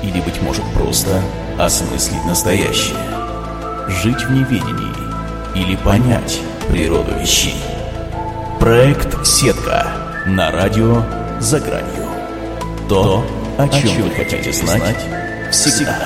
Или, быть может, просто осмыслить настоящее? Жить в неведении или понять природу вещей? Проект «Сетка» на радио «За гранью». То, о чем вы хотите знать всегда.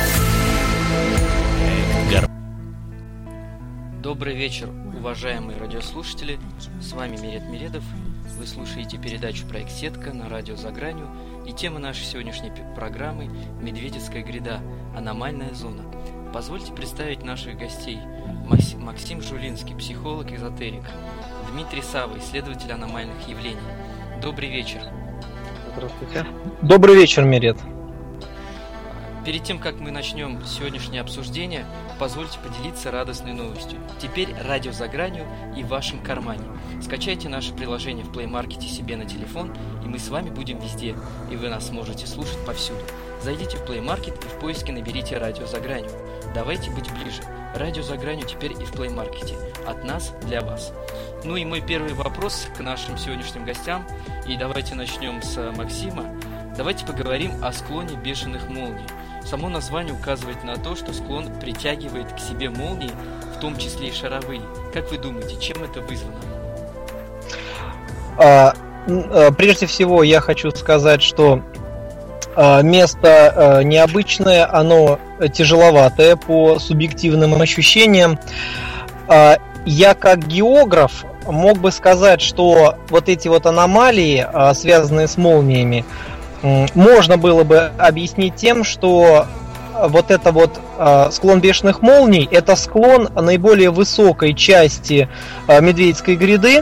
Добрый вечер, уважаемые радиослушатели. С вами Мирет Миредов. Вы слушаете передачу «Проект Сетка» на радио «За гранью». И тема нашей сегодняшней программы – «Медведицкая гряда. Аномальная зона». Позвольте представить наших гостей. Максим Жулинский, психолог-эзотерик. Дмитрий Сава, исследователь аномальных явлений. Добрый вечер. Здравствуйте. Добрый вечер, Мирет. Перед тем, как мы начнем сегодняшнее обсуждение, позвольте поделиться радостной новостью. Теперь радио «За гранью» и в вашем кармане. Скачайте наше приложение в Play Market себе на телефон, и мы с вами будем везде, и вы нас сможете слушать повсюду. Зайдите в Play Market и в поиске наберите «Радио «За гранью». Давайте быть ближе. Радио «За гранью» теперь и в Play Market. От нас для вас. Ну и мой первый вопрос к нашим сегодняшним гостям. И давайте начнем с Максима. Давайте поговорим о склоне бешеных молний. Само название указывает на то, что склон притягивает к себе молнии, в том числе и шаровые. Как вы думаете, чем это вызвано? Прежде всего, я хочу сказать, что место необычное, оно тяжеловатое по субъективным ощущениям. Я как географ мог бы сказать, что вот эти вот аномалии, связанные с молниями, можно было бы объяснить тем, что вот это вот склон бешеных молний, это склон наиболее высокой части Медведицкой гряды,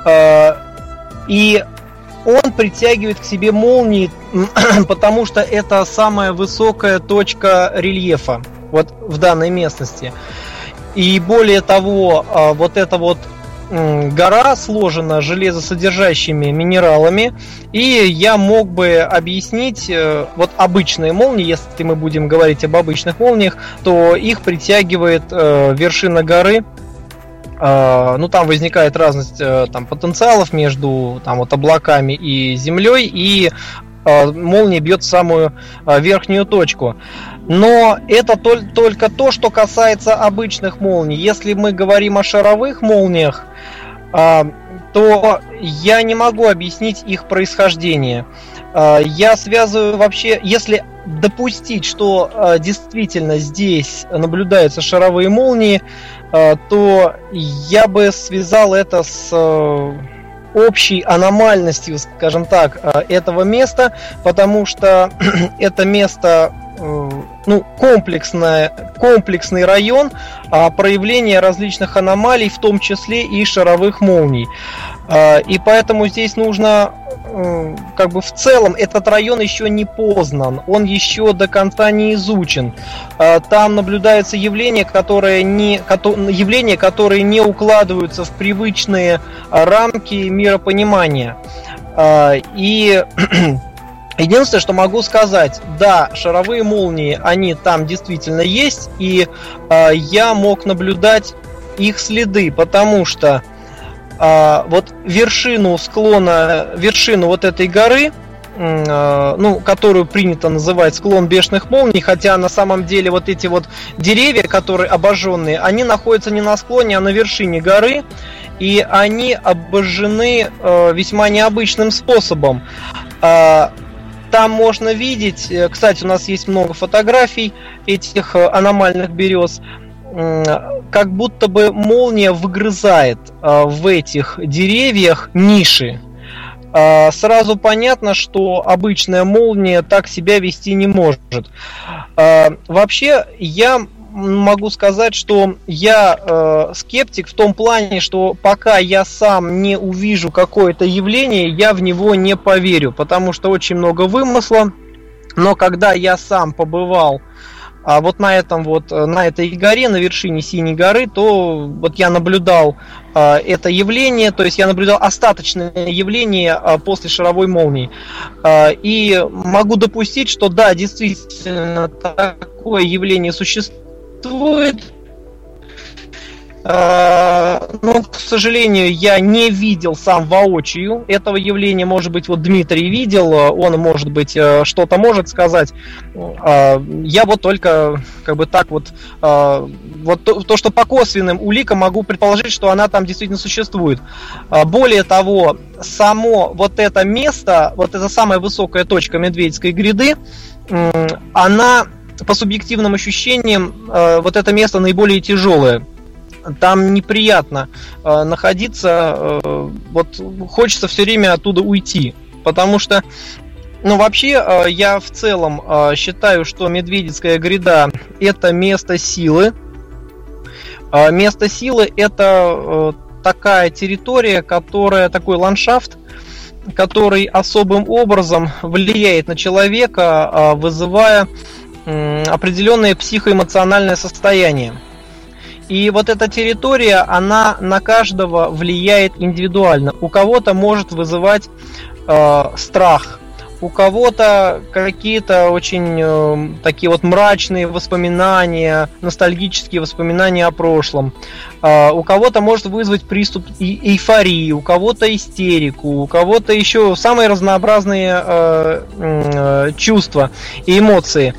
и он притягивает к себе молнии, потому что это самая высокая точка рельефа вот в данной местности. И более того, вот эта вот гора сложена железосодержащими минералами, и я мог бы объяснить вот обычные молнии, если мы будем говорить об обычных молниях, то их притягивает вершина горы. Ну, там возникает разность там, потенциалов между там, вот, облаками и землей, и молния бьет в самую верхнюю точку. Но это только то, что касается обычных молний. Если мы говорим о шаровых молниях, то я не могу объяснить их происхождение. Я связываю вообще, если допустить, что действительно здесь наблюдаются шаровые молнии, то я бы связал это с общей аномальностью, скажем так, этого места, потому что это место, ну, комплексный район проявления различных аномалий, в том числе и шаровых молний. И поэтому здесь нужно, как бы в целом, этот район еще не познан, он еще до конца не изучен. Там наблюдаются явления, которые не укладываются в привычные рамки миропонимания. И единственное, что могу сказать, да, шаровые молнии, они там действительно есть, и я мог наблюдать их следы, потому что вот вершину вот этой горы, ну, которую принято называть склон бешеных молний, хотя на самом деле вот эти вот деревья, которые обожженные, они находятся не на склоне, а на вершине горы, и они обожжены весьма необычным способом. Там можно видеть, кстати, у нас есть много фотографий этих аномальных берез, как будто бы молния выгрызает в этих деревьях ниши. Сразу понятно, что обычная молния так себя вести не может. Вообще, я могу сказать, что я скептик в том плане, что пока я сам не увижу какое-то явление, я в него не поверю, потому что очень много вымысла. Но когда я сам побывал вот на этой горе, на вершине Синей горы, то вот я наблюдал это явление, то есть я наблюдал остаточное явление после шаровой молнии. И могу допустить, что да, действительно, такое явление существует. Ну, к сожалению, я не видел сам воочию этого явления. Может быть, вот Дмитрий видел, он, может быть, что-то может сказать. Я вот только как бы так вот, вот то, что по косвенным уликам могу предположить, что она там действительно существует. Более того, само вот это место, вот эта самая высокая точка Медведицкой гряды, она, по субъективным ощущениям, вот это место наиболее тяжелое. Там неприятно находиться, вот хочется все время оттуда уйти, потому что, ну, вообще, я в целом считаю, что Медведицкая гряда – это место силы. Место силы – это такая территория, которая, такой ландшафт, который особым образом влияет на человека, вызывая определенное психоэмоциональное состояние. И вот эта территория, она на каждого влияет индивидуально. У кого-то может вызывать страх, у кого-то какие-то очень такие вот мрачные воспоминания, ностальгические воспоминания о прошлом. У кого-то может вызвать приступ эйфории, у кого-то истерику, у кого-то еще самые разнообразные чувства и эмоции.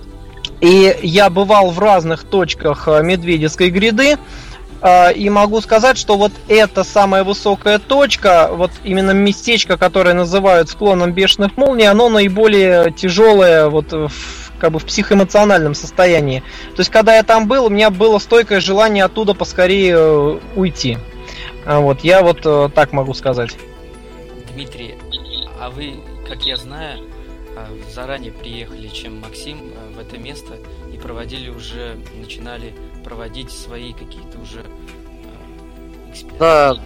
И я бывал в разных точках Медведицкой гряды, и могу сказать, что вот эта самая высокая точка, вот именно местечко, которое называют склоном бешеных молний, оно наиболее тяжелое вот как бы в психоэмоциональном состоянии. То есть, когда я там был, у меня было стойкое желание оттуда поскорее уйти. Вот, я вот так могу сказать. Дмитрий, а вы, как я знаю, заранее приехали, чем Максим, в это место и начинали проводить свои какие-то уже эксперименты.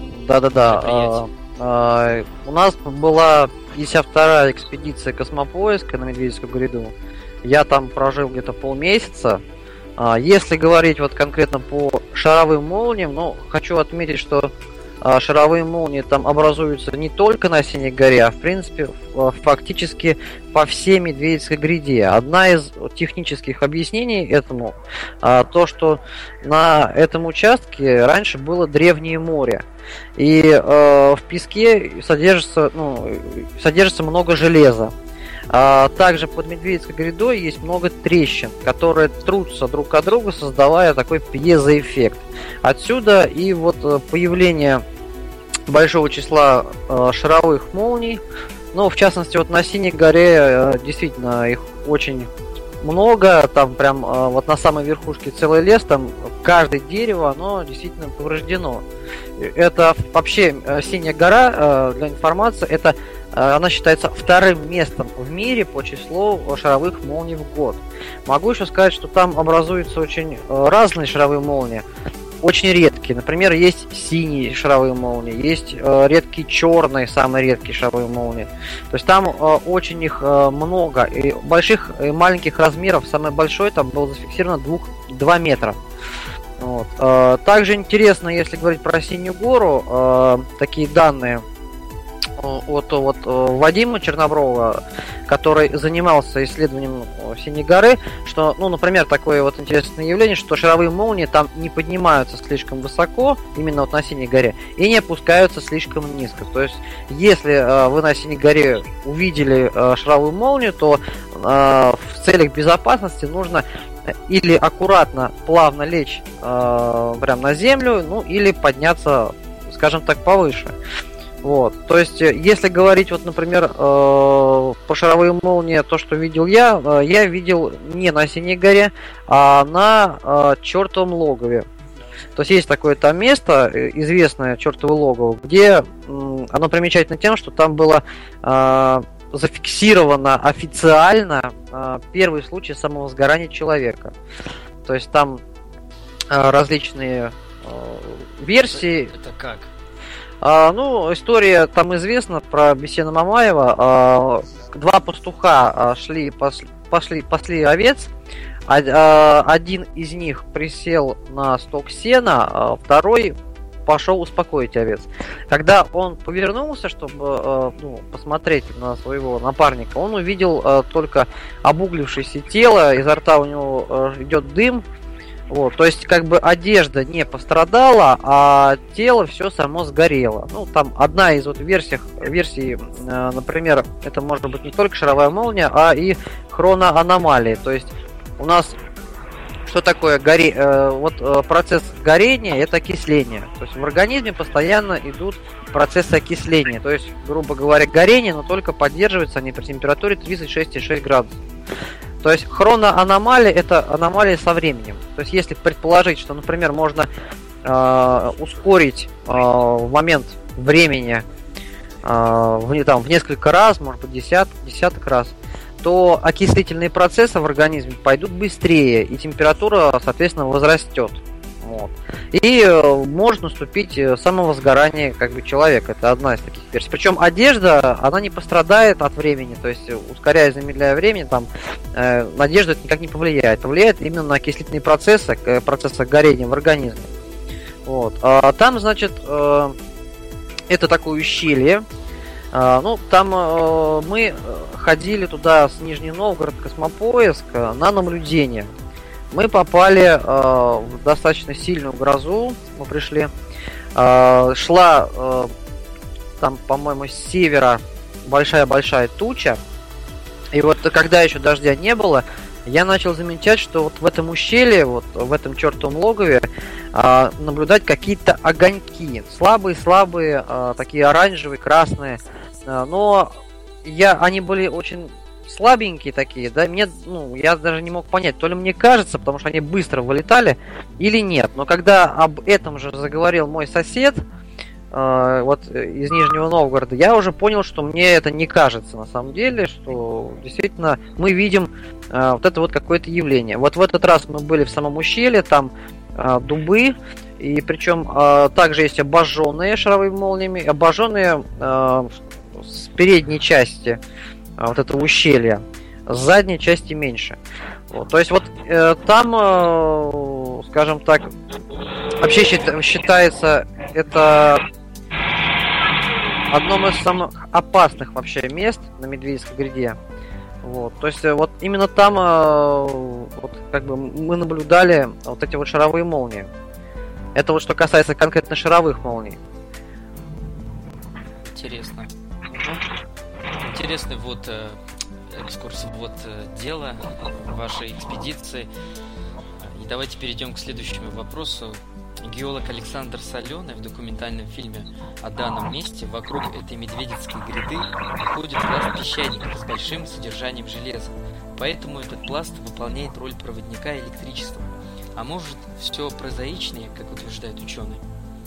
Да. У нас была 52-я экспедиция космопоиска на Медведицкую гряду. Я там прожил где-то полмесяца. Если говорить вот конкретно по шаровым молниям, ну, хочу отметить, что шаровые молнии там образуются не только на Синей горе, а в принципе фактически по всей Медведицкой гряде. Одна из технических объяснений этому то, что на этом участке раньше было древнее море. И в песке содержится много железа. Также под Медведицкой грядой есть много трещин, которые трутся друг от друга, создавая такой пьезоэффект. Отсюда и вот появление большого числа шаровых молний. Ну, в частности, вот на Синей горе действительно их очень много. Там прям вот на самой верхушке целый лес, там каждое дерево, оно действительно повреждено. Это вообще Синяя гора, для информации, она считается вторым местом в мире по числу шаровых молний в год. Могу еще сказать, что там образуются очень разные шаровые молнии, очень редкие. Например, есть синие шаровые молнии, есть редкие черные, самые редкие шаровые молнии. То есть там очень их много, и больших и маленьких размеров. Самый большой там был зафиксировано 2 метра. Вот. Также интересно, если говорить про Синюю гору, такие данные от Вадима Черноброва, который занимался исследованием Синей горы, что, ну, например, такое вот интересное явление, что шаровые молнии там не поднимаются слишком высоко, именно вот на Синей горе, и не опускаются слишком низко. То есть, если вы на Синей горе увидели шаровую молнию, то в целях безопасности нужно или аккуратно, плавно лечь прямо на землю, ну, или подняться, скажем так, повыше. Вот. То есть, если говорить, вот, например, по шаровой молнии, то, что видел я видел не на Синей горе, а на Чертовом логове. То есть, есть такое там место, известное Чертово логово, где оно примечательно тем, что там было зафиксировано официально первый случай самовозгорания человека. То есть, там различные версии. Это как? Ну, история там известна про Бесена Мамаева. 2 пастуха пасли овец. Один из них присел на сток сена, второй пошел успокоить овец. Когда он повернулся, чтобы посмотреть на своего напарника, он увидел только обуглившееся тело, изо рта у него идет дым. Вот, то есть, как бы одежда не пострадала, а тело все само сгорело. Ну, там одна из вот версий, например, это может быть не только шаровая молния, а и хроноаномалии. То есть, у нас что такое процесс горения? Это окисление. То есть, в организме постоянно идут процессы окисления. То есть, грубо говоря, горение, но только поддерживаются они при температуре 36,6 градусов. То есть хроноаномалия – это аномалия со временем. То есть если предположить, что, например, можно ускорить момент времени в несколько раз, может быть, десяток раз, то окислительные процессы в организме пойдут быстрее, и температура, соответственно, возрастет. Вот. И может наступить самовозгорание как бы человека. Это одна из таких версий. Причем одежда, она не пострадает от времени, то есть ускоряя, замедляя время, там одежда это никак не повлияет. Повлияет именно на окислительные процессы горения в организме. Вот. А там, значит, это такое ущелье. Там мы ходили туда с Нижний Новгород, Космопоиск, на наблюдение. Мы попали в достаточно сильную грозу. Мы пришли. Шла там, по-моему, с севера большая-большая туча. И вот когда еще дождя не было, я начал замечать, что вот в этом ущелье, вот в этом чертовом логове, наблюдать какие-то огоньки. Слабые, такие оранжевые, красные. Но они были очень слабенькие такие, да, я даже не мог понять, то ли мне кажется, потому что они быстро вылетали, или нет. Но когда об этом же заговорил мой сосед, вот из Нижнего Новгорода, я уже понял, что мне это не кажется на самом деле, что действительно мы видим вот это вот какое-то явление. Вот в этот раз мы были в самом ущелье, там дубы, и причем также есть обожженные шаровыми молниями, обожженные с передней части вот этого ущелья, с задней части меньше. Вот, то есть вот там, скажем так, вообще считается это одном из самых опасных вообще мест на Медведицкой гряде. Вот, то есть вот именно там вот, как бы мы наблюдали вот эти вот шаровые молнии. Это вот что касается конкретно шаровых молний. Интересно. Интересный экскурс, дело вашей экспедиции. И давайте перейдем к следующему вопросу. Геолог Александр Соленый в документальном фильме о данном месте вокруг этой Медведицкой гряды находит пласт песчаника с большим содержанием железа. Поэтому этот пласт выполняет роль проводника электричества. А может, все прозаичнее, как утверждают ученые?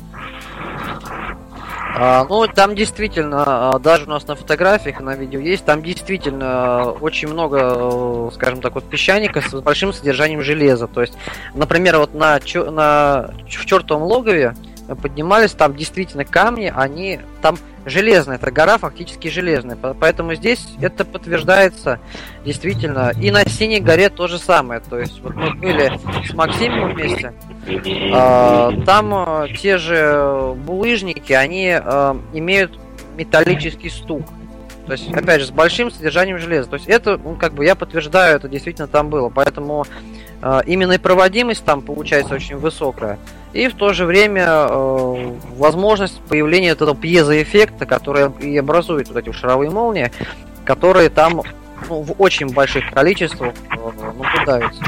Там действительно, даже у нас на фотографиях и на видео есть, там действительно очень много, скажем так, вот песчаника с большим содержанием железа. То есть, например, вот в чертовом логове поднимались, там действительно камни, они там железные, это гора фактически железная. Поэтому здесь это подтверждается действительно. И на Синей горе то же самое. То есть вот мы были с Максимом вместе. Там те же булыжники, они имеют металлический стук. То есть, опять же, с большим содержанием железа. То есть это, я подтверждаю, это действительно там было. Поэтому именно и проводимость там получается очень высокая. И в то же время возможность появления этого пьезоэффекта, который и образует вот эти шаровые молнии, которые там в очень больших количествах наблюдаются.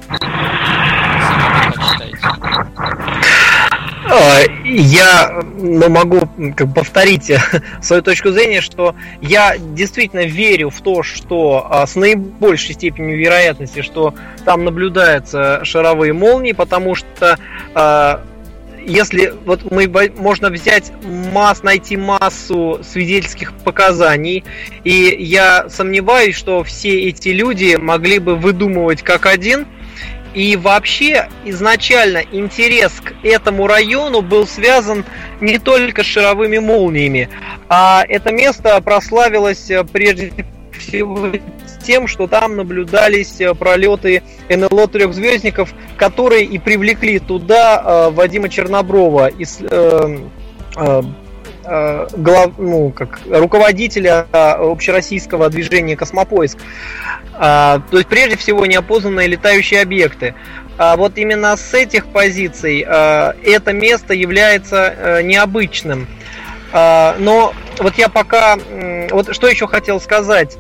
Я могу повторить свою точку зрения, что я действительно верю в то, что с наибольшей степенью вероятности, что там наблюдаются шаровые молнии, потому что если можно взять найти массу свидетельских показаний, и я сомневаюсь, что все эти люди могли бы выдумывать как один. И вообще, изначально интерес к этому району был связан не только с шаровыми молниями, а это место прославилось прежде всего тем, что там наблюдались пролеты НЛО трехзвездников, которые и привлекли туда Вадима Черноброва, руководителя общероссийского движения «Космопоиск». То есть, прежде всего, неопознанные летающие объекты. Вот именно с этих позиций это место является необычным. Но вот я пока... Вот что еще хотел сказать.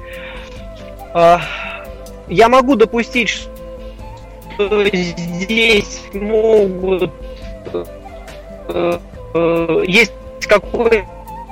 Я могу допустить, что здесь могут... Есть какой-то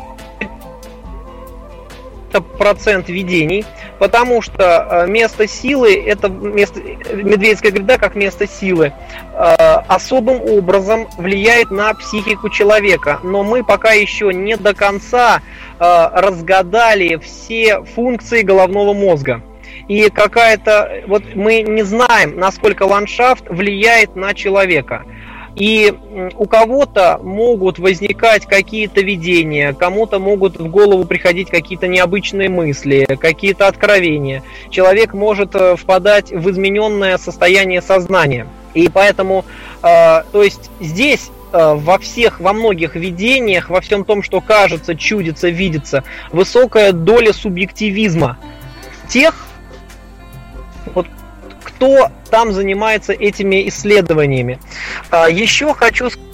процент видений, потому что место силы, это место, Медведская гряда как место силы, особым образом влияет на психику человека. Но мы пока еще не до конца разгадали все функции головного мозга. И какая-то... Вот мы не знаем, насколько ландшафт влияет на человека. И у кого-то могут возникать какие-то видения, кому-то могут в голову приходить какие-то необычные мысли, какие-то откровения. Человек может впадать в измененное состояние сознания. И поэтому, то есть здесь во многих видениях, во всем том, что кажется, чудится, видится, высокая доля субъективизма тех, вот, кто там занимается этими исследованиями. Еще хочу сказать...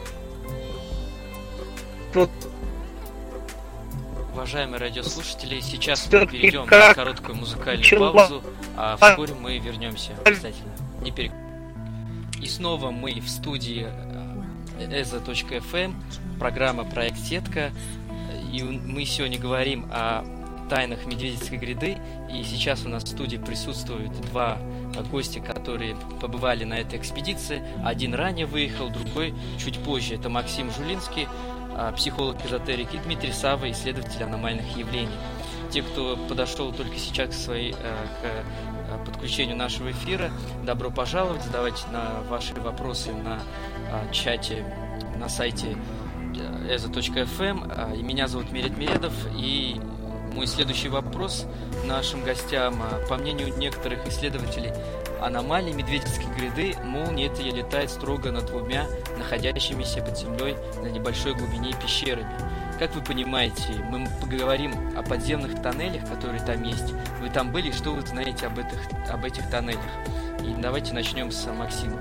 Уважаемые радиослушатели, сейчас мы перейдем на короткую музыкальную паузу, а вскоре мы вернемся обязательно. И снова мы в студии EZA.FM, программа «Проект Сетка», и мы сегодня говорим о тайнах Медведицкой гряды, и сейчас у нас в студии присутствуют два гостя, которые побывали на этой экспедиции. Один ранее выехал, другой чуть позже. Это Максим Жулинский, психолог-эзотерик, и Дмитрий Сава, исследователь аномальных явлений. Те, кто подошел только сейчас к подключению нашего эфира, добро пожаловать, задавайте ваши вопросы на чате на сайте EZA.FM. И меня зовут Мерет Мередов, и мой следующий вопрос нашим гостям. По мнению некоторых исследователей аномалий Медведицкой гряды, молния эта летает строго над двумя находящимися под землей на небольшой глубине пещерами. Как вы понимаете, мы поговорим о подземных тоннелях, которые там есть. Вы там были, что вы знаете об этих тоннелях? И давайте начнем с Максима.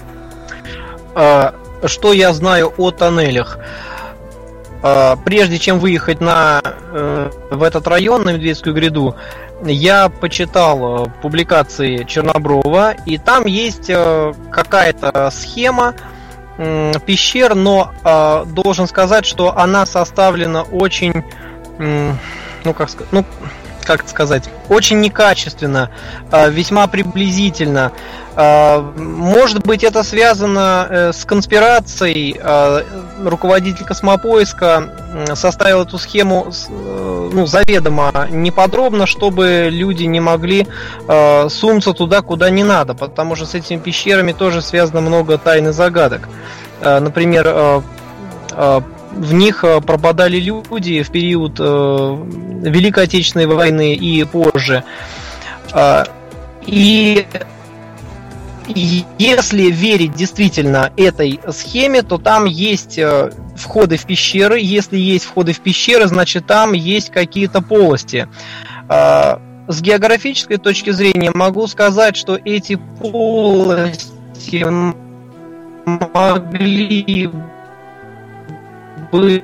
Что я знаю о тоннелях? Прежде чем выехать в этот район, на Медведскую гряду, я почитал публикации Черноброва, и там есть какая-то схема пещер, но должен сказать, что она составлена очень, очень некачественно, весьма приблизительно. Может быть, это связано с конспирацией. Руководитель Космопоиска составил эту схему заведомо неподробно, чтобы люди не могли сунуться туда, куда не надо, потому что с этими пещерами тоже связано много тайн и загадок. Например, в них пропадали люди в период Великой Отечественной войны и позже. И если верить действительно этой схеме, то там есть входы в пещеры. Если есть входы в пещеры, значит там есть какие-то полости. С географической точки зрения могу сказать, что эти полости могли быть,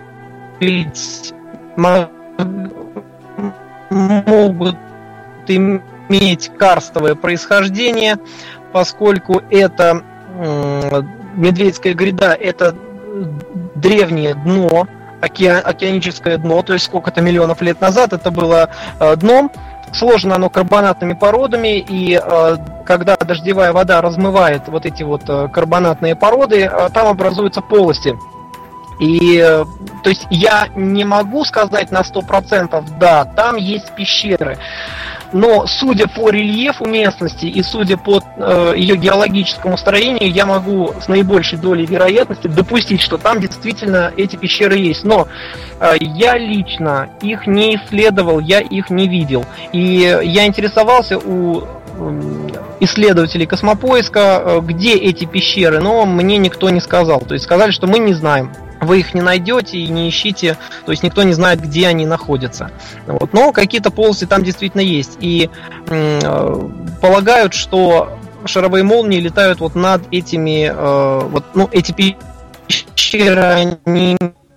могут иметь карстовое происхождение, поскольку это Медведская гряда, это древнее дно, океаническое дно, то есть сколько-то миллионов лет назад это было дном. Сложено оно карбонатными породами, и когда дождевая вода размывает вот эти вот карбонатные породы, там образуются полости. И то есть я не могу сказать на 100%, да, там есть пещеры. Но судя по рельефу местности и судя по ее геологическому строению, я могу с наибольшей долей вероятности допустить, что там действительно эти пещеры есть. Но я лично их не исследовал, я их не видел. И я интересовался у исследователей Космопоиска, где эти пещеры, но мне никто не сказал. То есть сказали, что мы не знаем. вы их не найдете и не ищите, то есть никто не знает, где они находятся. Вот. Но какие-то полосы там действительно есть. И полагают, что шаровые молнии летают вот над этими, эти пещеры, они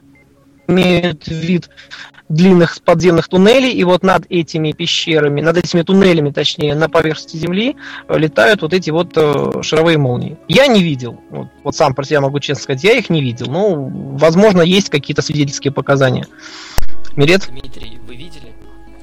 имеют вид длинных подземных туннелей, и вот над этими пещерами, над этими туннелями, точнее, на поверхности Земли летают вот эти вот шаровые молнии. Я не видел, вот сам про себя могу честно сказать, я их не видел, но, возможно, есть какие-то свидетельские показания. Мирет? Дмитрий, вы видели?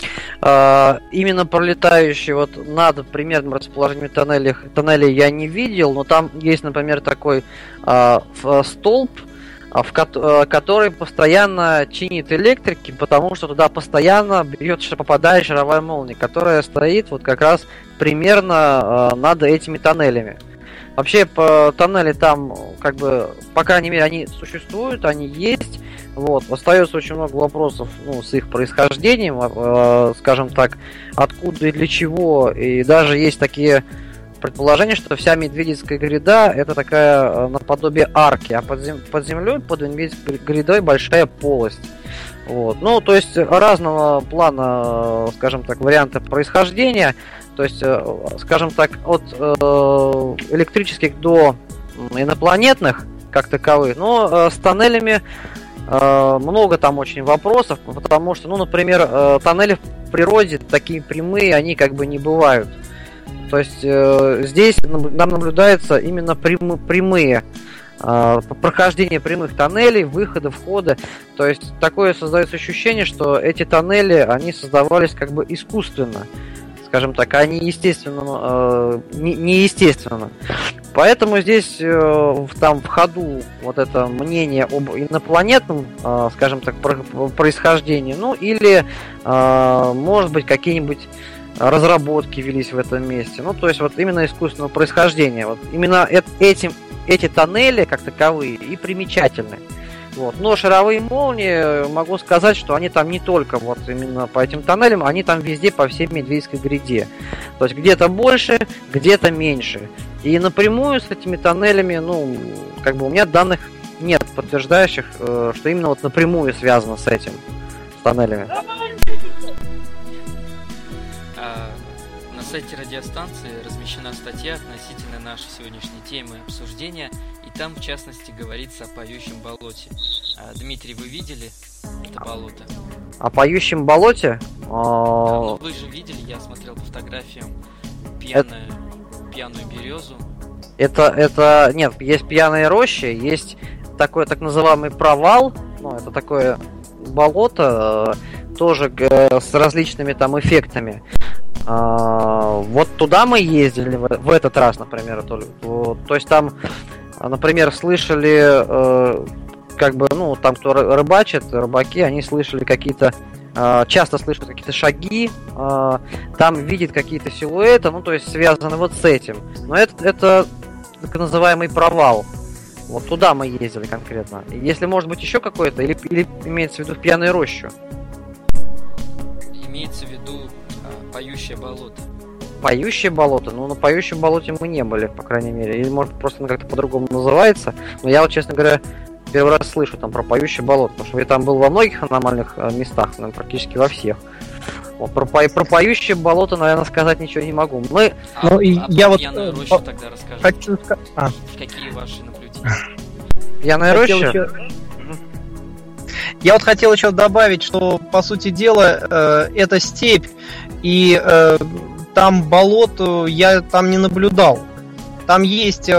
Именно пролетающие вот над примерным расположением тоннелей я не видел, но там есть, например, такой столб, который постоянно чинит электрики, потому что туда постоянно бьет, попадает шаровая молния, которая стоит вот как раз примерно над этими тоннелями. Вообще, тоннели там, как бы, по крайней мере, они существуют, они есть. Вот. Остается очень много вопросов, с их происхождением, скажем так, откуда и для чего. И даже есть такие предположение, что вся Медведицкая гряда это такая наподобие арки, а под землей, под Медведицкой грядой большая полость. Вот. То есть разного плана, скажем так, варианта происхождения. То есть, скажем так, от электрических до инопланетных, как таковых. Но с тоннелями много там очень вопросов, потому что, например, тоннели в природе такие прямые, они как бы не бывают. То есть здесь нам наблюдается именно прямые прохождение прямых тоннелей, выхода, входа. То есть такое создается ощущение, что эти тоннели, они создавались как бы искусственно, скажем так, а не естественно, неестественно. Поэтому здесь там в ходу вот это мнение об инопланетном, скажем так, происхождении, или может быть какие-нибудь разработки велись в этом месте. То есть вот именно искусственного происхождения. Вот именно эти тоннели, как таковые, и примечательны. Вот. Но шаровые молнии, могу сказать, что они там не только вот именно по этим тоннелям, они там везде по всей Медведицкой гряде. То есть где-то больше, где-то меньше. И напрямую с этими тоннелями, как бы у меня данных нет, подтверждающих, что именно вот напрямую связано с этим, с тоннелями. На сайте радиостанции размещена статья относительно нашей сегодняшней темы обсуждения, и там, в частности, говорится о поющем болоте. Дмитрий, вы видели это болото? О поющем болоте? Вы же видели, я смотрел по фотографиям пьяную березу. Нет, есть пьяные рощи, есть такой так называемый провал, это такое болото, тоже с различными там эффектами. Вот туда мы ездили в этот раз, например, то есть там, например, слышали, там кто рыбачит, рыбаки, они слышали какие-то, часто слышат какие-то шаги, там видят какие-то силуэты, то есть связаны вот с этим. Но это так называемый провал. Вот туда мы ездили конкретно. Если может быть еще какое-то, или имеется в виду пьяную рощу? Имеется в виду поющее болото. Поющее болото? На поющем болоте мы не были, по крайней мере. Или может просто оно как-то по-другому называется. Но я вот, честно говоря, первый раз слышу там про поющее болото, потому что я там был во многих аномальных местах, практически во всех. Вот, про поющее болото, наверное, сказать ничего не могу. Я вот пьяную рощу тогда расскажу. Какие ваши наблюдения? Пьяная роща? Я вот хотел еще добавить, что, по сути дела, это степь, и там болото я там не наблюдал. Там есть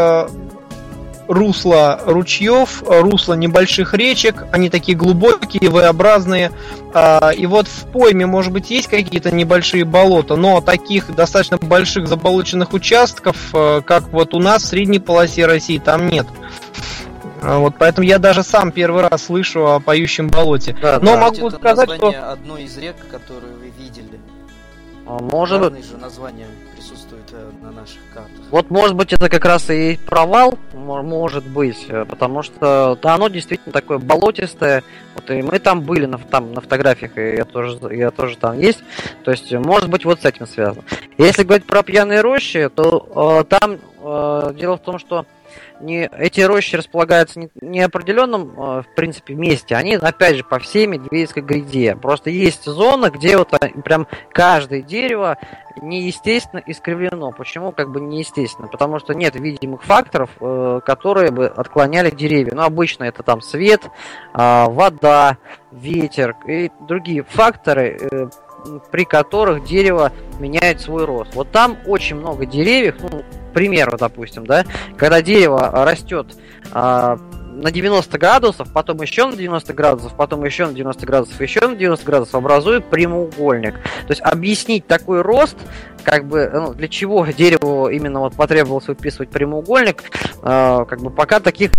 русла ручьев, русла небольших речек, они такие глубокие, V-образные. И вот в пойме, может быть, есть какие-то небольшие болота, но таких достаточно больших заболоченных участков, как вот у нас в средней полосе России, там нет. Вот, поэтому я даже сам первый раз слышу о поющем болоте. Да, но могу сказать, что одной из рек, которую вы видели. Может быть, же название присутствует на наших картах. Вот, может быть, это как раз и провал, может быть, потому что оно действительно такое болотистое. Вот и мы там были на фотографиях, и я тоже там есть. То есть, может быть, вот с этим связано. Если говорить про пьяные рощи, то там дело в том, что эти рощи располагаются не определенном, в принципе, месте, они, опять же, по всей Медведицкой гряде. Просто есть зона, где вот прям каждое дерево неестественно искривлено. Почему как бы неестественно? Потому что нет видимых факторов, которые бы отклоняли деревья. Ну, обычно это там свет, вода, ветер и другие факторы, при которых дерево меняет свой рост. Вот там очень много деревьев, ну, к примеру, допустим, да, когда дерево растет на 90 градусов, потом еще на 90 градусов, потом еще на 90 градусов, еще на 90 градусов, образует прямоугольник. То есть объяснить такой рост, как бы, ну, для чего дереву именно вот потребовалось выписывать прямоугольник, как бы пока таких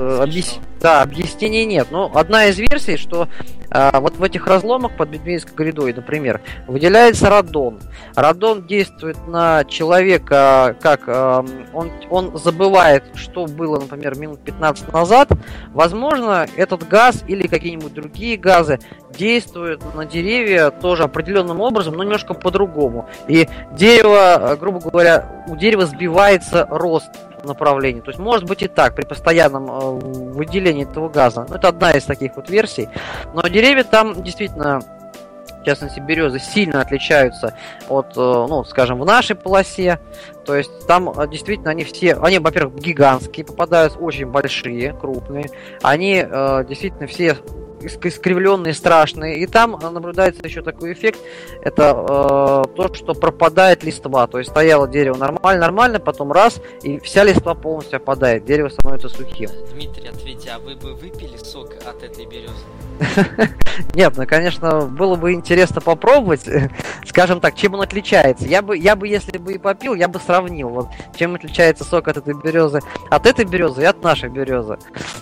объяснений нет. Но одна из версий, что вот в этих разломах под Медведицкой грядой, например, выделяется радон. Радон действует на человека, как он забывает, что было, например, минут 15 назад. Возможно, этот газ или какие-нибудь другие газы действуют на деревья тоже определенным образом, но немножко по-другому. И дерево, грубо говоря, у дерева сбивается рост направлении. То есть может быть и так, при постоянном выделении этого газа. Это одна из таких вот версий. Но деревья там действительно, в частности березы, сильно отличаются от, ну, скажем, в нашей полосе. То есть там действительно они, во-первых, гигантские, попадаются очень большие, крупные. Они действительно все искривленные, страшные. И там наблюдается еще такой эффект. Это то, что пропадает листва. То есть стояло дерево нормально, потом раз, и вся листва полностью опадает. Дерево становится сухим. Дмитрий, ответьте, а вы бы выпили сок от этой березы? Нет, ну, конечно, было бы интересно попробовать, скажем так, чем он отличается. Я бы, если бы и попил, я бы сравнил, вот, чем отличается сок от этой березы и от нашей березы.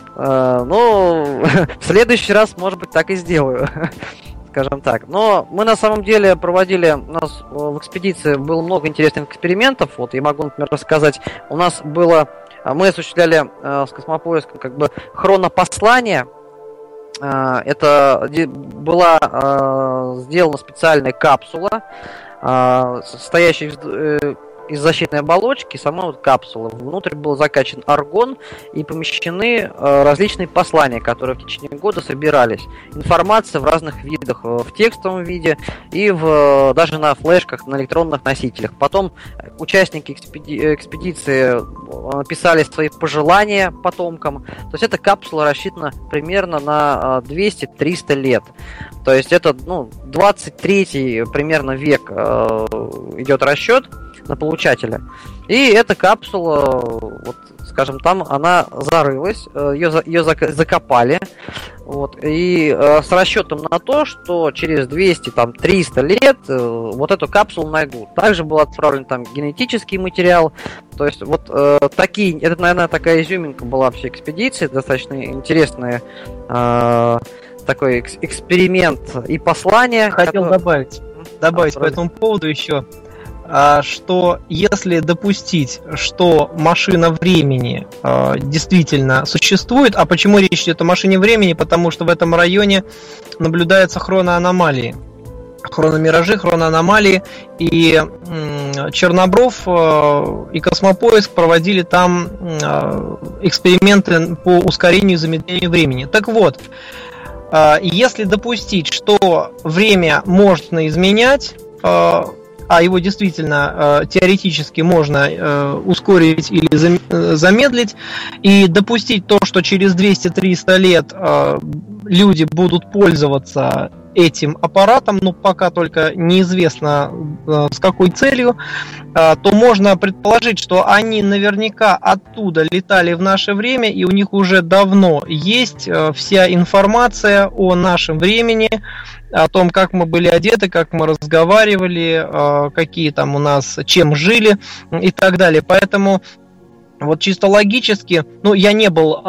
Ну, в следующий раз, может быть, так и сделаю, скажем так. Но мы на самом деле проводили, у нас в экспедиции было много интересных экспериментов. Вот я могу, например, рассказать. У нас было, мы осуществляли с Космопоиском как бы хронопослание. Это была сделана специальная капсула, состоящая из защитной оболочки, сама вот капсула. Внутрь был закачан аргон и помещены различные послания, которые в течение года собирались. Информация в разных видах, в текстовом виде и даже на флешках, на электронных носителях. Потом участники экспедиции написали свои пожелания потомкам. То есть эта капсула рассчитана примерно на 200-300 лет. То есть это 23 примерно век идет расчет на получателя. И эта капсула, вот, скажем, там она зарылась, ее закопали. Вот, и с расчетом на то, что через 200-300 лет вот эту капсулу найдут. Также был отправлен там генетический материал. То есть вот такие, это, наверное, такая изюминка была вообще экспедиции, достаточно интересная. Такой эксперимент и послание. Хотел добавить по этому поводу еще, что если допустить, что машина времени действительно существует, а почему речь идет о машине времени? Потому что в этом районе наблюдаются хроноаномалии, хрономиражи, хроноаномалии, и Чернобров и Космопоиск проводили там эксперименты по ускорению и замедлению времени. Так вот, если допустить, что время можно изменять, а его действительно теоретически можно ускорить или замедлить, и допустить то, что через 200-300 лет люди будут пользоваться этим аппаратом, но пока только неизвестно с какой целью, то можно предположить, что они наверняка оттуда летали в наше время, и у них уже давно есть вся информация о нашем времени, о том, как мы были одеты, как мы разговаривали, какие там у нас, чем жили и так далее. Поэтому вот чисто логически, я не был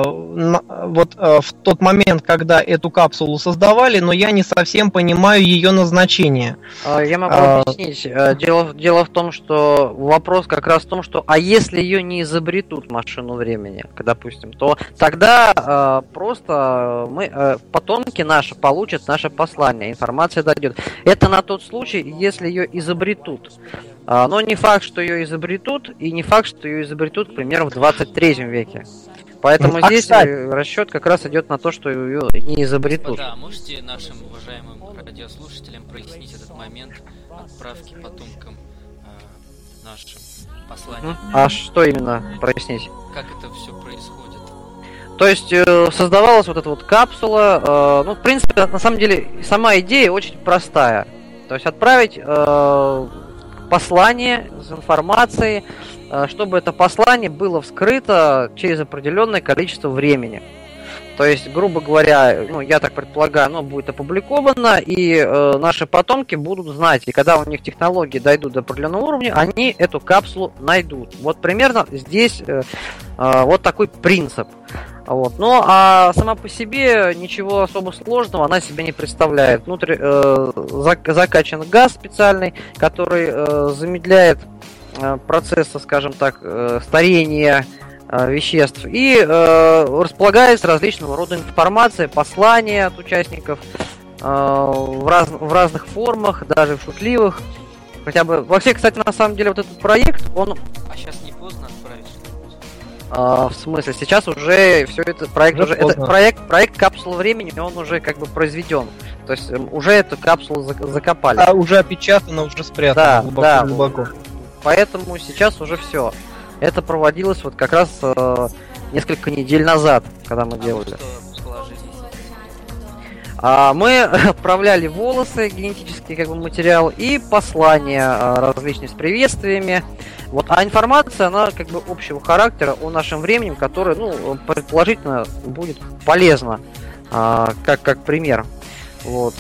в тот момент, когда эту капсулу создавали, но я не совсем понимаю ее назначение. Я могу объяснить. Дело в том, что вопрос как раз в том, что а если ее не изобретут машину времени, допустим, то тогда просто потомки наши получат наше послание, информация дойдет. Это на тот случай, если ее изобретут. Но не факт, что ее изобретут, и не факт, что ее изобретут, к примеру, в 23 веке. Поэтому здесь расчет как раз идет на то, что ее не изобретут. Да, можете нашим уважаемым радиослушателям прояснить этот момент отправки потомкам нашим посланиям? А что именно прояснить? Как это все происходит? То есть создавалась вот эта вот капсула. В принципе, на самом деле, сама идея очень простая. То есть отправить послание с информацией, чтобы это послание было вскрыто через определенное количество времени. То есть, грубо говоря, я так предполагаю, оно будет опубликовано, и наши потомки будут знать, и когда у них технологии дойдут до определенного уровня, они эту капсулу найдут. Вот примерно здесь вот такой принцип. Вот. Ну, а сама по себе ничего особо сложного она себе не представляет. Внутрь закачан газ специальный, который замедляет процессы, скажем так, старения веществ, и располагается различного рода информация, послания от участников в разных формах, даже в шутливых. Хотя бы. Вообще, кстати, на самом деле, вот этот проект, он... А сейчас не поздно отправить что-нибудь? В смысле, сейчас уже все это проект уже это проект капсула времени, он уже как бы произведен. То есть уже эту капсулу закопали. А уже опечатано, уже спрятано глубоко. Поэтому сейчас уже все. Это проводилось вот как раз несколько недель назад, когда мы делали. Мы отправляли волосы, генетический как бы материал и послания различные с приветствиями. Вот, а информация, она как бы общего характера о нашем времени, которая, предположительно, будет полезна, как пример, вот,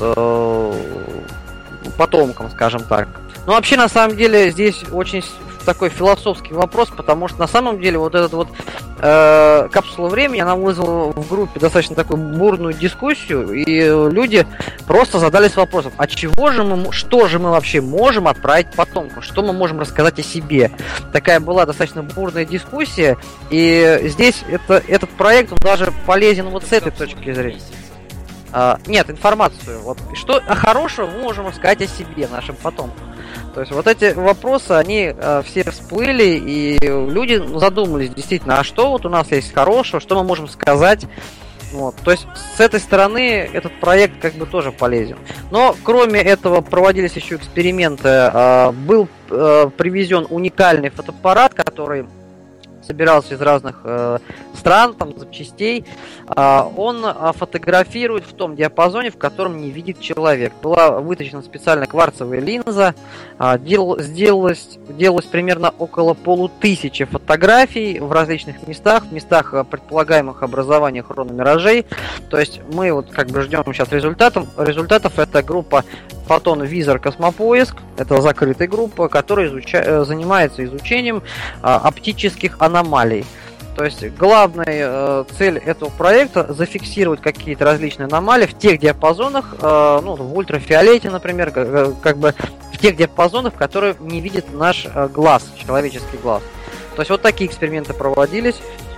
потомкам, скажем так. Но вообще, на самом деле, здесь очень такой философский вопрос, потому что на самом деле вот эта вот капсула времени, она вызвала в группе достаточно такую бурную дискуссию, и люди просто задались вопросом, а что же мы вообще можем отправить потомкам, что мы можем рассказать о себе. Такая была достаточно бурная дискуссия, и здесь этот проект, он даже полезен вот с этой точки зрения. Нет, информацию. Вот, что хорошего мы можем рассказать о себе, нашим потомкам. То есть вот эти вопросы, они все всплыли, и люди задумались действительно, а что вот у нас есть хорошего, что мы можем сказать. Вот. То есть с этой стороны этот проект как бы тоже полезен. Но кроме этого проводились еще эксперименты. Был привезен уникальный фотоаппарат, который собирался из разных стран, там, запчастей. Он фотографирует в том диапазоне, в котором не видит человек. Была вытащена специальная кварцевая линза. Делалось примерно около 1500 фотографий в различных местах, в местах предполагаемых образования хрономиражей. То есть мы вот как бы ждем сейчас результатов. Это группа Photon Visor Космопоиск. Это закрытая группа, которая занимается изучением оптических аномалий. То есть главная цель этого проекта зафиксировать какие-то различные аномалии в тех диапазонах, в ультрафиолете, например, как бы в тех диапазонах, которые не видит наш глаз, человеческий глаз. То есть вот такие эксперименты проводились.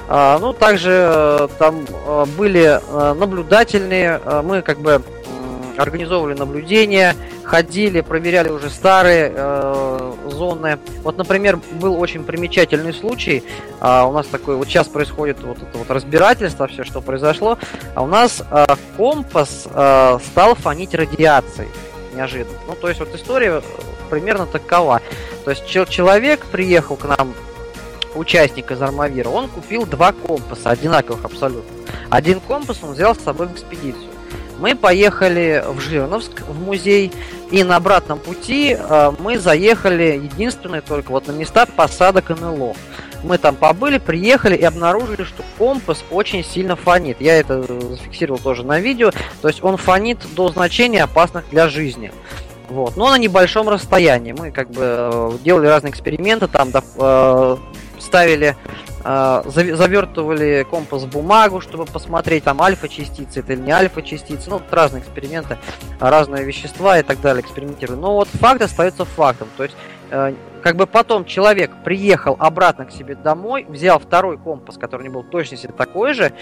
Также там были наблюдательные, мы как бы организовывали наблюдения, ходили, проверяли уже старые зоны. Вот, например, был очень примечательный случай. У нас такой вот сейчас происходит вот это вот разбирательство, все, что произошло. А у нас компас стал фонить радиацией неожиданно. То есть вот история примерно такова. То есть человек приехал к нам, участник из Армавира, он купил 2 компаса, одинаковых абсолютно. Один компас он взял с собой в экспедицию. Мы поехали в Жирновск, в музей, и на обратном пути мы заехали единственное только вот на места посадок НЛО. Мы там побыли, приехали и обнаружили, что компас очень сильно фонит. Я это зафиксировал тоже на видео. То есть он фонит до значений, опасных для жизни. Вот. Но на небольшом расстоянии. Мы как бы делали разные эксперименты, там ставили, завертывали компас в бумагу, чтобы посмотреть, там альфа-частицы это или не альфа-частицы, разные эксперименты, разные вещества и так далее экспериментировали. Но вот факт остается фактом. То есть как бы потом человек приехал обратно к себе домой, взял второй компас, который не был в точности такой же,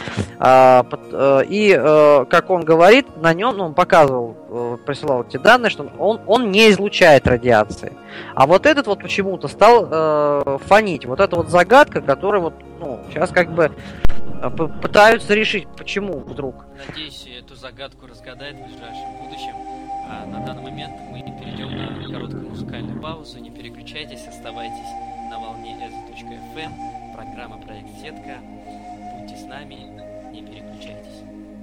и, как он говорит, на нем, он показывал, присылал эти данные, что он не излучает радиации. А вот этот вот почему-то стал фонить. Вот это вот загадка, которая вот, сейчас как бы пытаются решить, почему вдруг. Надеюсь, эту загадку разгадает в ближайшем будущем. А на данный момент мы перейдем на короткую музыкальную паузу. Не переключайтесь, оставайтесь на волне ez.fm. Программа «Проект Сетка». Будьте с нами, не переключайтесь.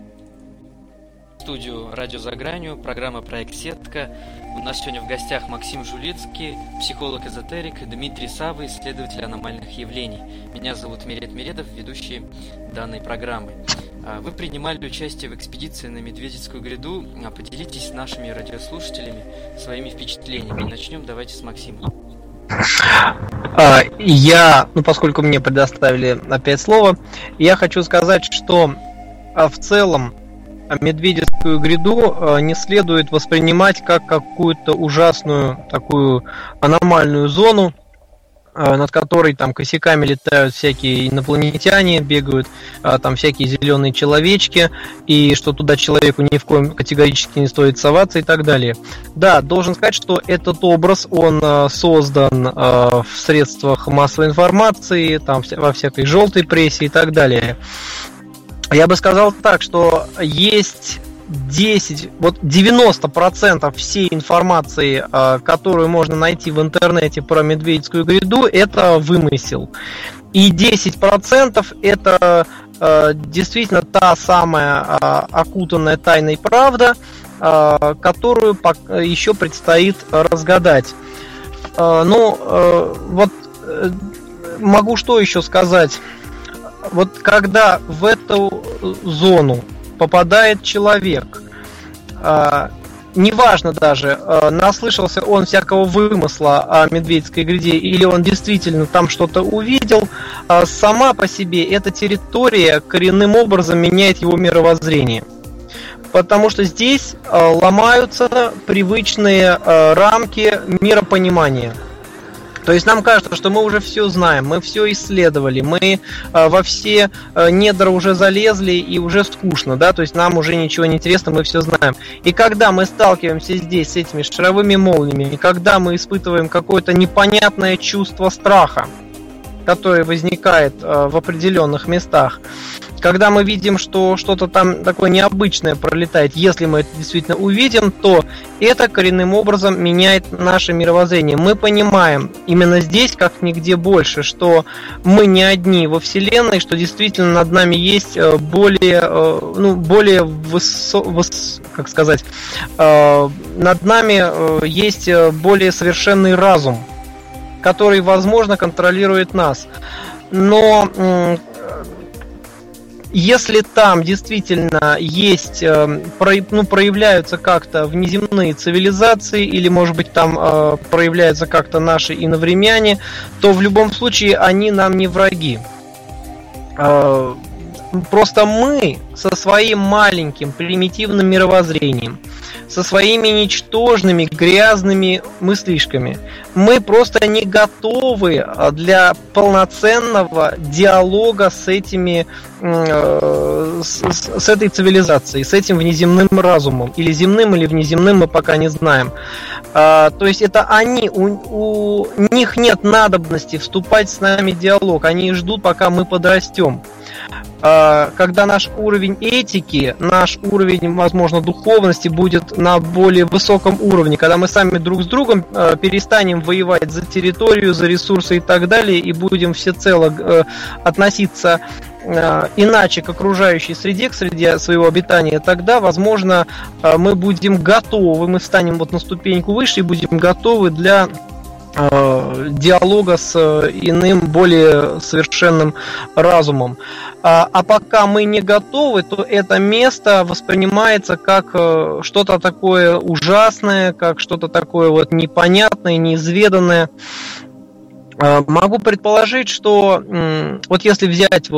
В студию «Радио за гранью», программа «Проект Сетка». У нас сегодня в гостях Максим Жулицкий, психолог-эзотерик, Дмитрий Савва, исследователь аномальных явлений. Меня зовут Мирет Миредов, ведущий данной программы. Вы принимали участие в экспедиции на Медведицкую гряду. Поделитесь с нашими радиослушателями своими впечатлениями. Начнем давайте с Максима. Поскольку мне предоставили опять слово, я хочу сказать, что в целом Медведицкую гряду не следует воспринимать как какую-то ужасную такую аномальную зону, над которой там косяками летают всякие инопланетяне, бегают там всякие зеленые человечки, и что туда человеку ни в коем категорически не стоит соваться и так далее. Да, должен сказать, что этот образ, он создан в средствах массовой информации, там во всякой желтой прессе и так далее. Я бы сказал так, что есть 90% всей информации, которую можно найти в интернете про Медведицкую гряду, это вымысел. И 10% это действительно та самая окутанная тайной правда, которую еще предстоит разгадать. Могу что еще сказать? Вот когда в эту зону попадает человек, неважно даже, наслышался он всякого вымысла о Медведицкой гряде или он действительно там что-то увидел, сама по себе эта территория коренным образом меняет его мировоззрение. Потому что здесь ломаются привычные рамки миропонимания. То есть нам кажется, что мы уже все знаем, мы все исследовали, мы во все недра уже залезли и уже скучно, да, то есть нам уже ничего не интересно, мы все знаем. И когда мы сталкиваемся здесь с этими шаровыми молниями, и когда мы испытываем какое-то непонятное чувство страха, которое возникает в определенных местах, когда мы видим, что что-то там такое необычное пролетает, если мы это действительно увидим, то это коренным образом меняет наше мировоззрение. Мы понимаем именно здесь, как нигде больше, что мы не одни во Вселенной, что действительно над нами есть над нами есть более совершенный разум, который, возможно, контролирует нас. Но если там действительно есть, проявляются как-то внеземные цивилизации, или, может быть, там проявляются как-то наши иновремяне, то в любом случае они нам не враги. Просто мы со своим маленьким примитивным мировоззрением, со своими ничтожными грязными мыслишками, мы просто не готовы для полноценного диалога с этими, с этой цивилизацией, с этим внеземным разумом, или земным, или внеземным, мы пока не знаем. То есть это они, у них нет надобности вступать с нами в диалог, они ждут, пока мы подрастем. Когда наш уровень этики, наш уровень, возможно, духовности будет на более высоком уровне, когда мы сами друг с другом перестанем воевать за территорию, за ресурсы и так далее, и будем всецело относиться иначе к окружающей среде, к среде своего обитания, тогда, возможно, мы будем готовы, мы встанем вот на ступеньку выше и будем готовы для диалога с иным, более совершенным разумом. А пока мы не готовы, то это место воспринимается как что-то такое ужасное, как что-то такое вот непонятное, неизведанное. Могу предположить, что вот если взять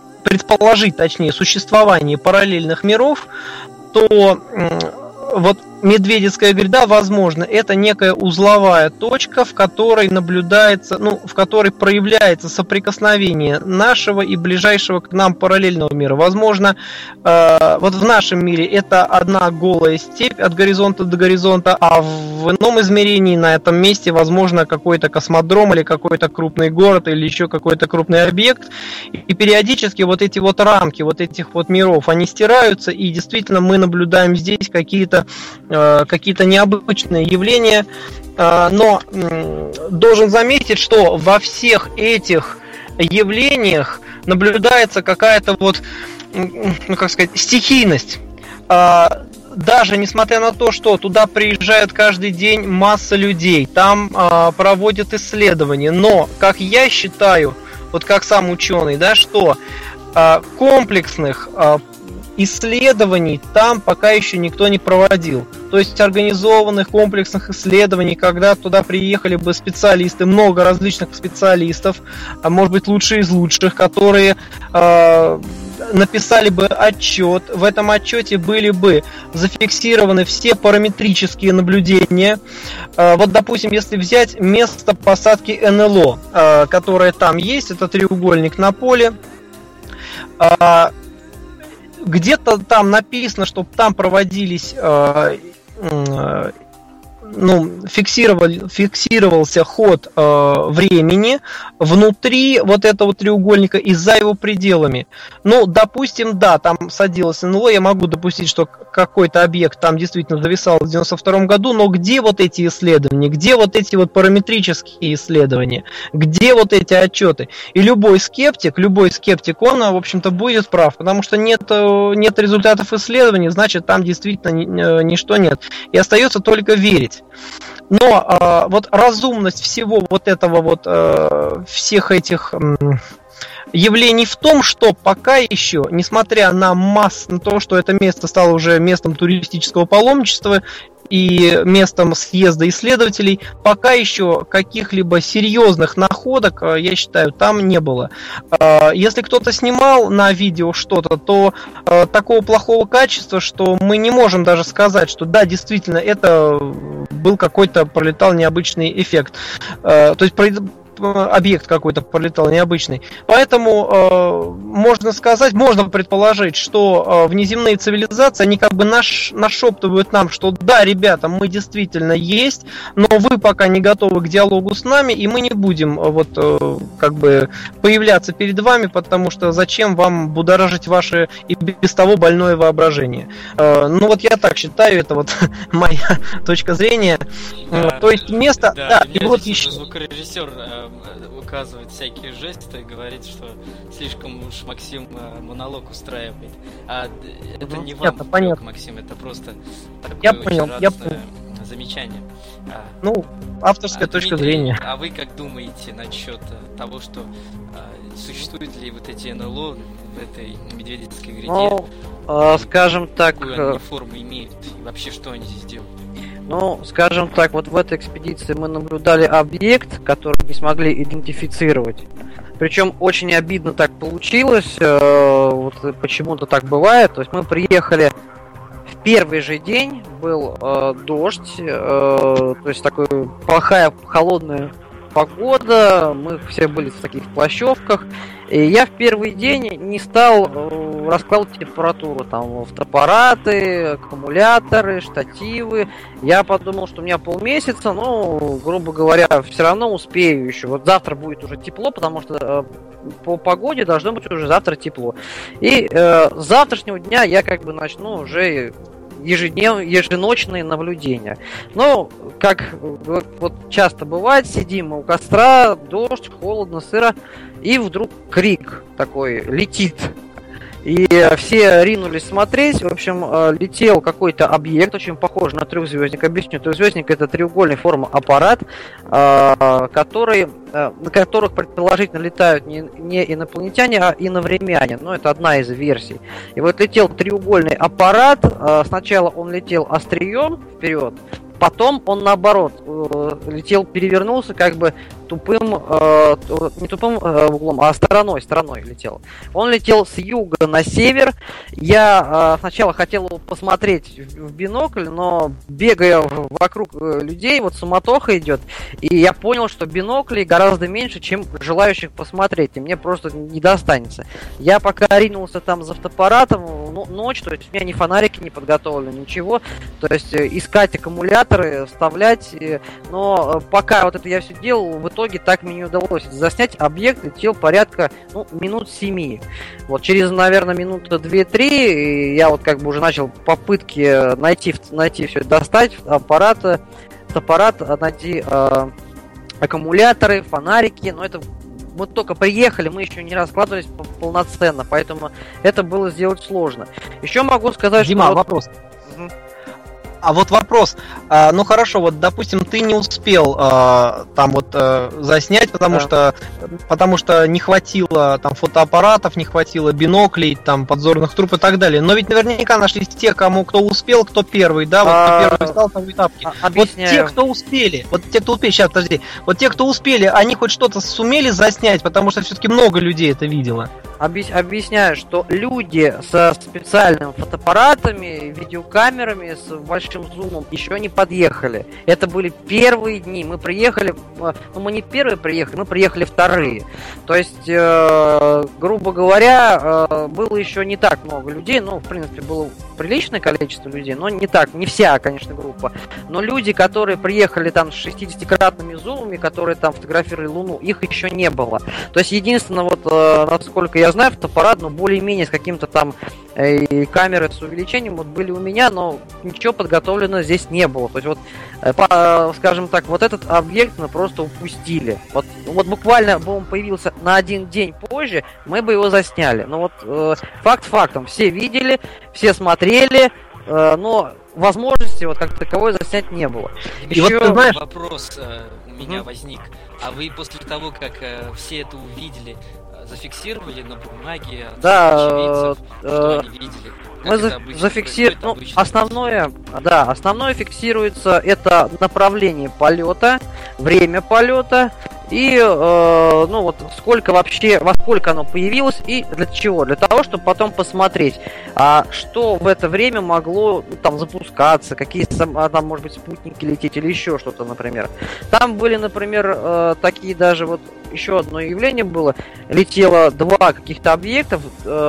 предположить, точнее, существование параллельных миров, то вот Медведицкая гряда, возможно, это некая узловая точка, в которой наблюдается, в которой проявляется соприкосновение нашего и ближайшего к нам параллельного мира. Возможно, вот в нашем мире это одна голая степь от горизонта до горизонта, а в ином измерении на этом месте, возможно, какой-то космодром или какой-то крупный город или еще какой-то крупный объект. И периодически вот эти вот рамки вот этих вот миров, они стираются, и действительно мы наблюдаем здесь какие-то необычные явления, но должен заметить, что во всех этих явлениях наблюдается какая-то вот, стихийность. Даже несмотря на то, что туда приезжают каждый день масса людей, там проводят исследования, но, как я считаю, вот как сам ученый, да, что комплексных исследований там пока еще никто не проводил. То есть организованных комплексных исследований, когда туда приехали бы специалисты, много различных специалистов, а может быть лучшие из лучших, которые написали бы отчет. В этом отчете были бы зафиксированы все параметрические наблюдения. Вот, допустим, если взять место посадки НЛО, которое там есть, это треугольник на поле, где-то там написано, что там проводились, фиксировался ход времени внутри вот этого треугольника и за его пределами. Допустим, да, там садилось НЛО, я могу допустить, что какой-то объект там действительно зависал в 92 году, но где вот эти исследования, где вот эти вот параметрические исследования, где вот эти отчеты? И любой скептик, он, в общем-то, будет прав, потому что нет результатов исследований, значит, там действительно ничто нет. И остается только верить. Но вот разумность всего вот этого вот, всех этих явлений в том, что пока еще, несмотря на то, что это место стало уже местом туристического паломничества и местом съезда исследователей, пока еще каких-либо серьезных находок, я считаю, там не было. Если кто-то снимал на видео что-то, то такого плохого качества, что мы не можем даже сказать, что да, действительно, это был какой-то, пролетал необычный эффект. То есть объект какой-то пролетал необычный. Поэтому можно предположить, что внеземные цивилизации, они как бы нашептывают нам, что да, ребята, мы действительно есть, но вы пока не готовы к диалогу с нами, и мы не будем появляться перед вами, потому что зачем вам будоражить ваше и без того больное воображение. Я так считаю, это вот моя точка зрения. То есть место... Да, и вот еще... Звукорежиссер указывает всякие жесты, говорит, что слишком уж Максим монолог устраивает. Это не вам, Максим, это просто такое радостное замечание. Авторская точка зрения. А вы как думаете насчет того, что существуют ли вот эти НЛО в этой Медведицкой гряде? Скажем так... Какую они форму имеют? И вообще, что они здесь делают? Скажем так, вот в этой экспедиции мы наблюдали объект, который не смогли идентифицировать. Причем очень обидно так получилось, вот почему-то так бывает. То есть мы приехали в первый же день, был дождь, то есть такая плохая, холодная погода, мы все были в таких плащевках, и я в первый день не стал раскладывать температуру, там, фотоаппараты, аккумуляторы, штативы. Я подумал, что у меня полмесяца, грубо говоря, все равно успею еще. Вот завтра будет уже тепло, потому что по погоде должно быть уже завтра тепло. И с завтрашнего дня я начну уже еженочные наблюдения. Как вот часто бывает, сидим мы у костра, дождь, холодно, сыро, и вдруг крик такой летит. И все ринулись смотреть. В общем, летел какой-то объект, очень похожий на трехзвездник. Объясню, трехзвездник — это треугольной формы аппарат, на которых предположительно летают не инопланетяне, а иновремяне. Это одна из версий. И вот летел треугольный аппарат. Сначала он летел острием вперед, Потом он наоборот летел, перевернулся как бы тупым, не тупым углом, а стороной летел. Он летел с юга на север. Я сначала хотел его посмотреть в бинокль, но бегая вокруг людей, вот суматоха идет, и я понял, что биноклей гораздо меньше, чем желающих посмотреть, и мне просто не достанется. Я пока ринулся там за фотоаппаратом, ночь, то есть у меня ни фонарики не подготовлены, ничего, то есть искать аккумуляторы, вставлять, но пока вот это я все делал, в итоге так мне не удалось заснять. Объект летел порядка, минут 7. Вот через, наверное, минуты 2-3 я вот как бы уже начал попытки найти все, достать аппарат, найти аккумуляторы, фонарики, но это мы только приехали, мы еще не раскладывались полноценно, поэтому это было сделать сложно. Еще могу сказать, Дима, что... вопрос. А вот вопрос, ну хорошо, вот допустим, ты не успел там вот заснять, потому что не хватило там фотоаппаратов, не хватило биноклей, там подзорных труб и так далее. Но ведь наверняка нашлись те, кто успел, кто первый, да, вот кто первый встал там в этапке. Вот те, кто успели, сейчас, подожди, вот те, кто успели, они хоть что-то сумели заснять, потому что все-таки много людей это видело. Объясняю, что люди со специальными фотоаппаратами, видеокамерами, с большим зумом еще не подъехали. Это были первые дни. Мы приехали, мы не первые приехали, мы приехали вторые. То есть, грубо говоря, было еще не так много людей. В принципе, было приличное количество людей, но не вся, конечно, группа. Но люди, которые приехали там с 60-кратными зумами, которые там фотографировали Луну, их еще не было. То есть, единственное, вот, насколько я знаю, фотоаппарат, более-менее с каким-то там камерой с увеличением вот были у меня, но ничего подготовлено здесь не было. То есть скажем так, вот этот объект мы просто упустили. Вот буквально бы он появился на один день позже, мы бы его засняли. Но вот факт фактом, все видели, все смотрели, но возможности вот как таковой заснять не было. И еще вот, знаешь... вопрос у меня возник. А вы после того, как все это увидели, зафиксировали на бумаге очевидцев, что они видели? Мы зафиксируем, основное фиксируется это направление полета, время полета и во сколько оно появилось и для чего? Для того, чтобы потом посмотреть, что в это время могло запускаться, какие там, может быть, спутники лететь или еще что-то, например. Там были, например, такие даже вот еще одно явление было, летело два каких-то объектов,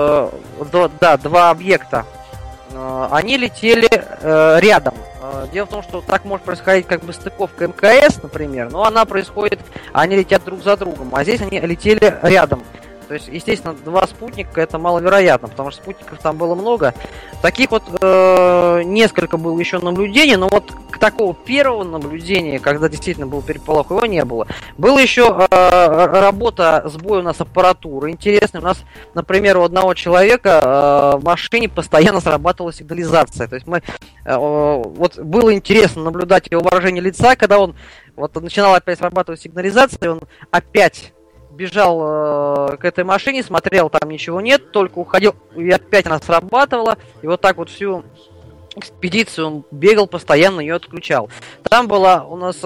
два объекта. Они летели рядом. Дело в том, что так может происходить как бы стыковка МКС, например, но она происходит, они летят друг за другом, а здесь они летели рядом. То есть, естественно, два спутника это маловероятно, потому что спутников там было много. Таких вот несколько было еще наблюдений, но вот к такого первого наблюдения, когда действительно был переполох, его не было. Была еще работа, сбой у нас аппаратуры интересная. У нас, например, у одного человека в машине постоянно срабатывала сигнализация. То есть вот было интересно наблюдать его выражение лица, когда он начинал опять срабатывать сигнализация, он опять бежал к этой машине, смотрел, там ничего нет, только уходил, и опять она срабатывала, и вот так вот всю экспедицию он бегал, постоянно ее отключал. Там было у нас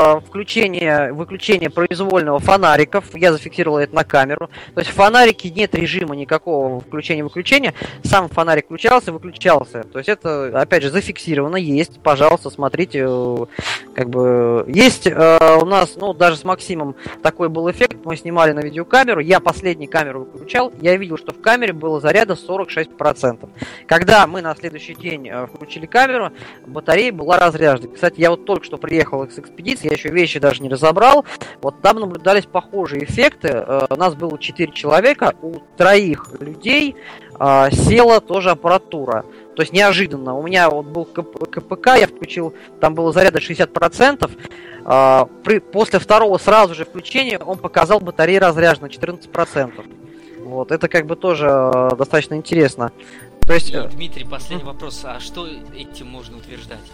выключение произвольного фонариков, я зафиксировал это на камеру. То есть в фонарике нет режима никакого включения-выключения, сам фонарик включался, выключался. То есть это, опять же, зафиксировано, есть, пожалуйста, смотрите, как бы есть у нас, даже с Максимом такой был эффект, мы снимали на видеокамеру, я последнюю камеру выключал, я видел, что в камере было заряда 46%. Когда мы на следующий день включили камеру, батарея была разряжена. Кстати, я вот только что приехал с экспедиции, я еще вещи даже не разобрал. Вот там наблюдались похожие эффекты. У нас было 4 человека, у 3 людей села тоже аппаратура. То есть неожиданно. У меня вот был КПК, я включил, там было заряда 60%. После второго сразу же включения он показал батарея разряжена 14%. Вот, это как бы тоже достаточно интересно. То есть... Дмитрий, последний вопрос. А что этим можно утверждать?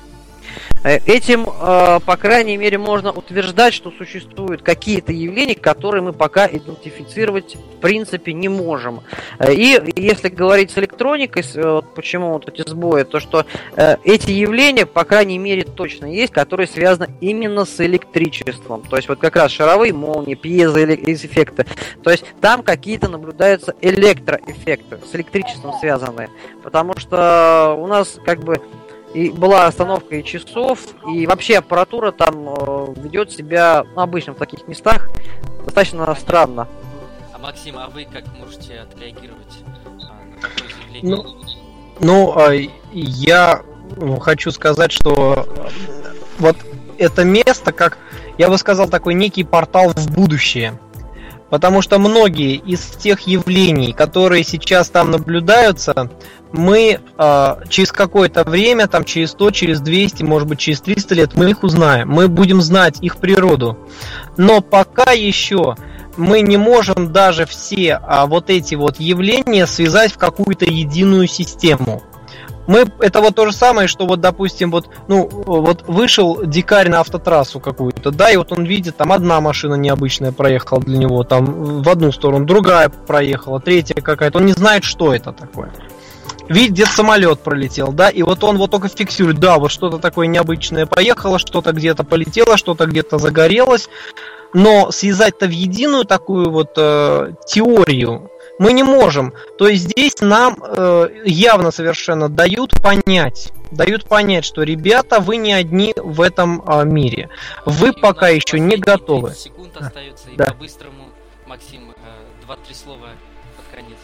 Этим, по крайней мере, можно утверждать, что существуют какие-то явления, которые мы пока идентифицировать в принципе не можем. И если говорить с электроникой, почему вот эти сбои, то что эти явления, по крайней мере, точно есть, которые связаны именно с электричеством. То есть вот как раз шаровые молнии, пьезоэффекты. То есть там какие-то наблюдаются электроэффекты, с электричеством связанные. Потому что у нас как бы и была остановка и часов, и вообще аппаратура там ведет себя обычно в таких местах достаточно странно. А Максим, а вы как можете отреагировать на такое заявление? Я хочу сказать, что вот это место, как я бы сказал, такой некий портал в будущее. Потому что многие из тех явлений, которые сейчас там наблюдаются, мы через какое-то время, там через 100, через 200, может быть через 300 лет, мы их узнаем. Мы будем знать их природу. Но пока еще мы не можем даже все вот эти вот явления связать в какую-то единую систему. Это вот то же самое, что вот, допустим, вот вышел дикарь на автотрассу какую-то, да, и вот он видит, там одна машина необычная проехала для него, там в одну сторону, другая проехала, третья какая-то, он не знает, что это такое. Видит, где-то самолет пролетел, да, и вот он вот только фиксирует, да, вот что-то такое необычное поехало, что-то где-то полетело, что-то где-то загорелось, но связать-то в единую такую вот теорию мы не можем. То есть здесь нам явно совершенно дают понять, что, ребята, вы не одни в этом мире. Вы пока еще не готовы. 30 секунд остается, и да. по-быстрому, Максим, 2-3 слова под конец.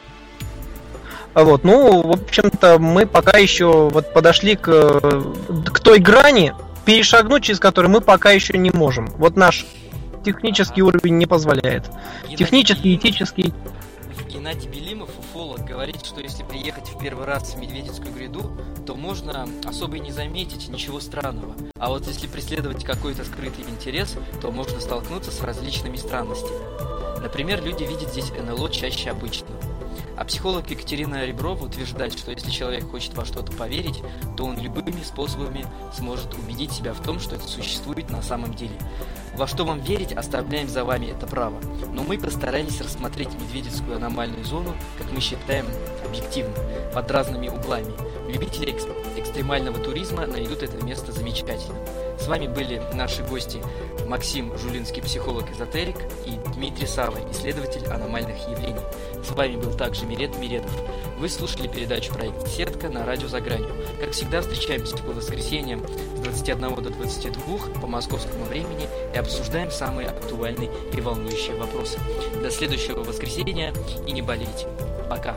Вот, в общем-то, мы пока еще вот подошли к той грани, перешагнуть через которую мы пока еще не можем. Вот наш технический уровень не позволяет. Технический, этический. Геннадий Белимов, уфолог, говорит, что если приехать в первый раз в Медведицкую гряду, то можно особо и не заметить ничего странного. А вот если преследовать какой-то скрытый интерес, то можно столкнуться с различными странностями. Например, люди видят здесь НЛО чаще обычного. А психолог Екатерина Реброва утверждает, что если человек хочет во что-то поверить, то он любыми способами сможет убедить себя в том, что это существует на самом деле. Во что вам верить, оставляем за вами это право. Но мы постарались рассмотреть Медведицкую аномальную зону, как мы считаем, объективно, под разными углами. Любители экстремального туризма найдут это место замечательным. С вами были наши гости Максим Жулинский, психолог-эзотерик, и Дмитрий Сава, исследователь аномальных явлений. С вами был также Мирет Миредов. Вы слушали передачу «Проект Сетка» на радио «За гранью». Как всегда, встречаемся по воскресеньям с 21 до 22 по московскому времени и обсуждаем самые актуальные и волнующие вопросы. До следующего воскресенья и не болейте. Пока.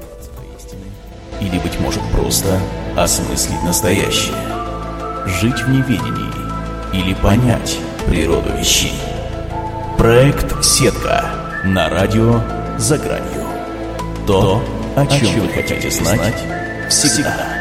Или, быть может, просто осмыслить настоящее. Жить в неведении или понять природу вещей. Проект «Сетка» на радио «За гранью». То, о чем вы хотите знать, всегда.